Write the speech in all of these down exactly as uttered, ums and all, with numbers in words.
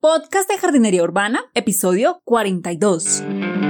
Podcast de Jardinería Urbana, episodio cuarenta y dos.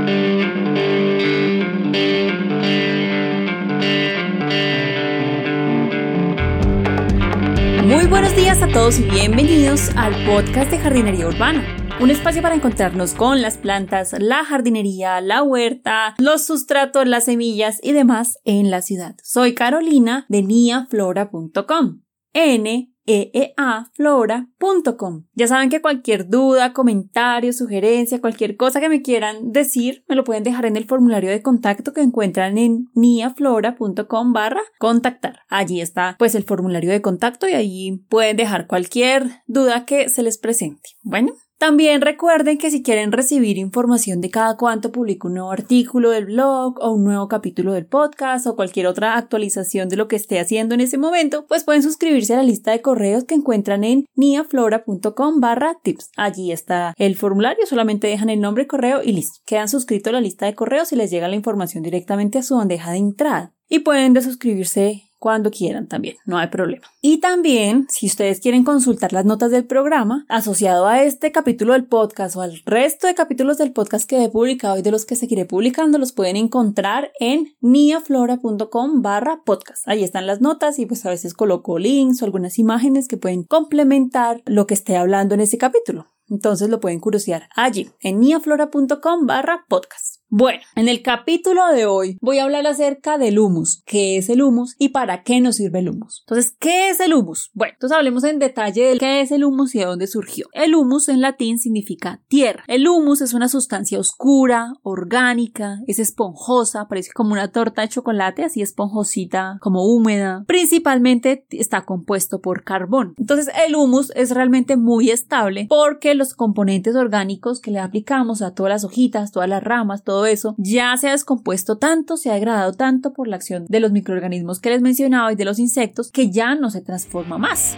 Muy buenos días a todos y bienvenidos al podcast de Jardinería Urbana. Un espacio para encontrarnos con las plantas, la jardinería, la huerta, los sustratos, las semillas y demás en la ciudad. Soy Carolina de niaflora punto com. N E E A flora punto com. Ya saben que cualquier duda, comentario, sugerencia, cualquier cosa que me quieran decir, me lo pueden dejar en el formulario de contacto que encuentran en niaflora punto com barra contactar. Allí está pues el formulario de contacto y ahí pueden dejar cualquier duda que se les presente. Bueno. También recuerden que si quieren recibir información de cada cuánto publico un nuevo artículo del blog o un nuevo capítulo del podcast o cualquier otra actualización de lo que esté haciendo en ese momento, pues pueden suscribirse a la lista de correos que encuentran en niaflora punto com barra tips. Allí está el formulario, solamente dejan el nombre y correo y listo. Quedan suscritos a la lista de correos y les llega la información directamente a su bandeja de entrada. Y pueden desuscribirse cuando quieran también, no hay problema. Y también, si ustedes quieren consultar las notas del programa asociado a este capítulo del podcast o al resto de capítulos del podcast que he publicado y de los que seguiré publicando, los pueden encontrar en niaflora punto com barra podcast. Ahí están las notas y pues a veces coloco links o algunas imágenes que pueden complementar lo que esté hablando en ese capítulo. Entonces lo pueden curiosear allí, en niaflora punto com barra podcast. Bueno, en el capítulo de hoy voy a hablar acerca del humus. ¿Qué es el humus y para qué nos sirve el humus? Entonces, ¿qué es el humus? Bueno, entonces hablemos en detalle de qué es el humus y de dónde surgió. El humus en latín significa tierra. El humus es una sustancia oscura, orgánica, es esponjosa, parece como una torta de chocolate, así esponjosita, como húmeda. Principalmente está compuesto por carbón. Entonces, el humus es realmente muy estable porque los componentes orgánicos que le aplicamos a todas las hojitas, todas las ramas, todo eso ya se ha descompuesto tanto, se ha degradado tanto por la acción de los microorganismos que les mencionaba y de los insectos que ya no se transforma más.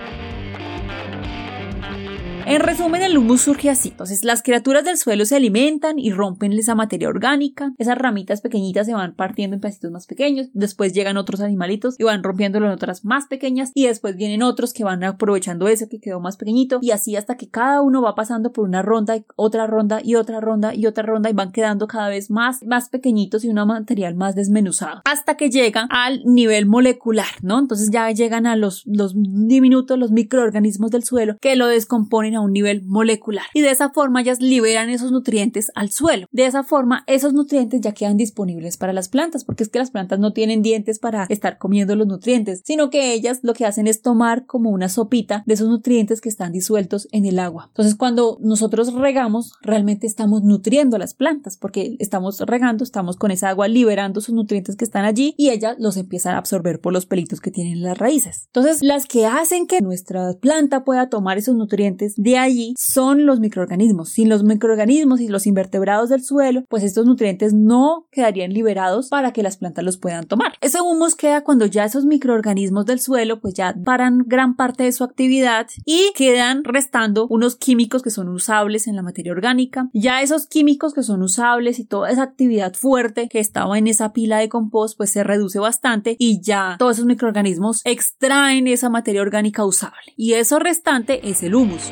En resumen, el humus surge así. Entonces, las criaturas del suelo se alimentan y rompen esa materia orgánica. Esas ramitas pequeñitas se van partiendo en pedacitos más pequeños. Después llegan otros animalitos y van rompiéndolo en otras más pequeñas. Y después vienen otros que van aprovechando eso que quedó más pequeñito. Y así hasta que cada uno va pasando por una ronda, y otra ronda y otra ronda y otra ronda. Y van quedando cada vez más, más pequeñitos y un material más desmenuzado. Hasta que llegan al nivel molecular, ¿no? Entonces ya llegan a los, los diminutos, los microorganismos del suelo que lo descomponen a un nivel molecular y de esa forma ellas liberan esos nutrientes al suelo. De esa forma esos nutrientes ya quedan disponibles para las plantas, porque es que las plantas no tienen dientes para estar comiendo los nutrientes, sino que ellas lo que hacen es tomar como una sopita de esos nutrientes que están disueltos en el agua. Entonces cuando nosotros regamos realmente estamos nutriendo a las plantas porque estamos regando, estamos con esa agua liberando esos nutrientes que están allí y ellas los empiezan a absorber por los pelitos que tienen las raíces. Entonces las que hacen que nuestra planta pueda tomar esos nutrientes de allí son los microorganismos. Sin los microorganismos y los invertebrados del suelo, pues estos nutrientes no quedarían liberados para que las plantas los puedan tomar. Ese humus queda cuando ya esos microorganismos del suelo pues ya paran gran parte de su actividad y quedan restando unos químicos que son usables en la materia orgánica. Ya esos químicos que son usables y toda esa actividad fuerte que estaba en esa pila de compost pues se reduce bastante y ya todos esos microorganismos extraen esa materia orgánica usable. Y eso restante es el humus.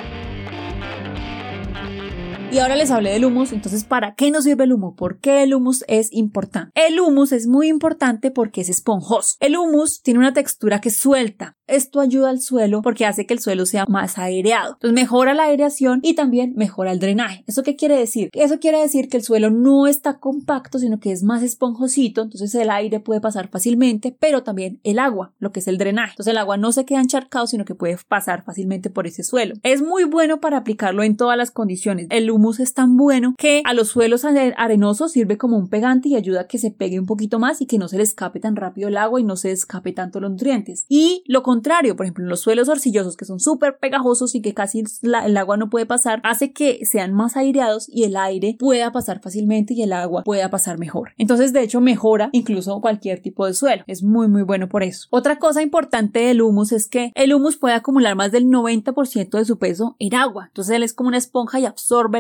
Y ahora les hablé del humus, entonces ¿para qué nos sirve el humus? ¿Por qué el humus es importante? El humus es muy importante porque es esponjoso. El humus tiene una textura que suelta. Esto ayuda al suelo porque hace que el suelo sea más aireado. Entonces mejora la aireación y también mejora el drenaje. ¿Eso qué quiere decir? Eso quiere decir que el suelo no está compacto, sino que es más esponjosito, entonces el aire puede pasar fácilmente, pero también el agua, lo que es el drenaje. Entonces el agua no se queda encharcado, sino que puede pasar fácilmente por ese suelo. Es muy bueno para aplicarlo en todas las condiciones. El humus es tan bueno que a los suelos arenosos sirve como un pegante y ayuda a que se pegue un poquito más y que no se le escape tan rápido el agua y no se escape tanto los nutrientes. Y lo contrario, por ejemplo, en los suelos arcillosos que son súper pegajosos y que casi la, el agua no puede pasar, hace que sean más aireados y el aire pueda pasar fácilmente y el agua pueda pasar mejor. Entonces, de hecho, mejora incluso cualquier tipo de suelo. Es muy, muy bueno por eso. Otra cosa importante del humus es que el humus puede acumular más del noventa por ciento de su peso en agua. Entonces, él es como una esponja y absorbe el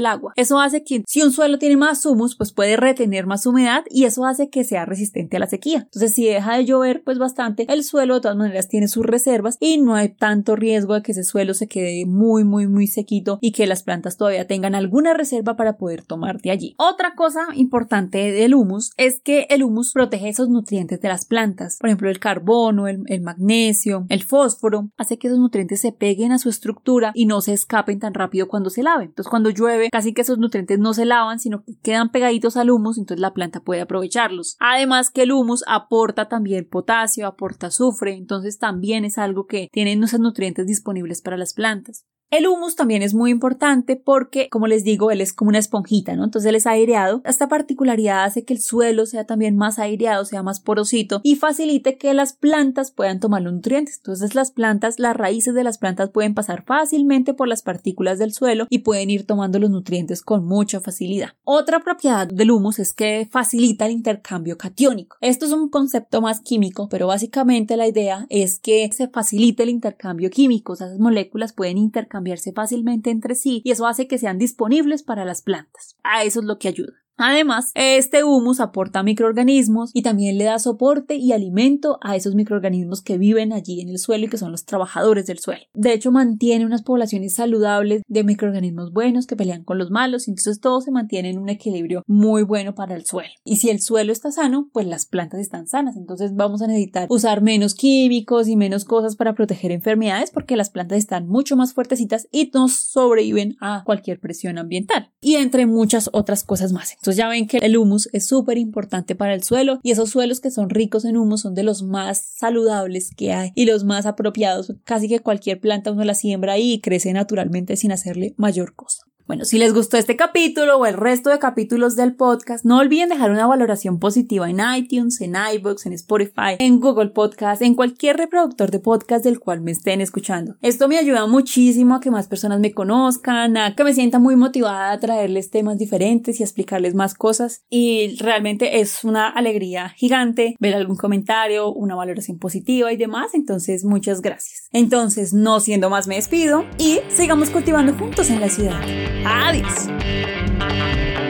al agua. Eso hace que si un suelo tiene más humus, pues puede retener más humedad y eso hace que sea resistente a la sequía. Entonces, si deja de llover pues bastante, el suelo de todas maneras tiene sus reservas y no hay tanto riesgo de que ese suelo se quede muy muy muy sequito y que las plantas todavía tengan alguna reserva para poder tomar de allí. Otra cosa importante del humus es que el humus protege esos nutrientes de las plantas. Por ejemplo, el carbono, el, el magnesio, el fósforo, hace que esos nutrientes se peguen a su estructura y no se escapen tan rápido cuando se laven. Entonces, cuando llueve, casi que esos nutrientes no se lavan, sino que quedan pegaditos al humus, entonces la planta puede aprovecharlos. Además que el humus aporta también potasio, aporta azufre, entonces también es algo que tienen esos nutrientes disponibles para las plantas. El humus también es muy importante porque, como les digo, él es como una esponjita, ¿no? Entonces él es aireado. Esta particularidad hace que el suelo sea también más aireado, sea más porosito y facilite que las plantas puedan tomar los nutrientes. Entonces las plantas, las raíces de las plantas pueden pasar fácilmente por las partículas del suelo y pueden ir tomando los nutrientes con mucha facilidad. Otra propiedad del humus es que facilita el intercambio catiónico. Esto es un concepto más químico, pero básicamente la idea es que se facilite el intercambio químico. O sea, esas moléculas pueden intercambiar cambiarse fácilmente entre sí y eso hace que sean disponibles para las plantas. A eso es lo que ayuda. Además, este humus aporta microorganismos y también le da soporte y alimento a esos microorganismos que viven allí en el suelo y que son los trabajadores del suelo. De hecho, mantiene unas poblaciones saludables de microorganismos buenos que pelean con los malos y entonces todo se mantiene en un equilibrio muy bueno para el suelo. Y si el suelo está sano, pues las plantas están sanas. Entonces vamos a necesitar usar menos químicos y menos cosas para proteger enfermedades porque las plantas están mucho más fuertecitas y nos sobreviven a cualquier presión ambiental. Y entre muchas otras cosas más. Entonces ya ven que el humus es súper importante para el suelo y esos suelos que son ricos en humus son de los más saludables que hay y los más apropiados. Casi que cualquier planta uno la siembra ahí y crece naturalmente sin hacerle mayor cosa. Bueno, si les gustó este capítulo o el resto de capítulos del podcast, no olviden dejar una valoración positiva en iTunes, en iVoox, en Spotify, en Google Podcast, en cualquier reproductor de podcast del cual me estén escuchando. Esto me ayuda muchísimo a que más personas me conozcan, a que me sienta muy motivada a traerles temas diferentes y a explicarles más cosas. Y realmente es una alegría gigante ver algún comentario, una valoración positiva y demás. Entonces, muchas gracias. Entonces, no siendo más, me despido y sigamos cultivando juntos en la ciudad. Adiós.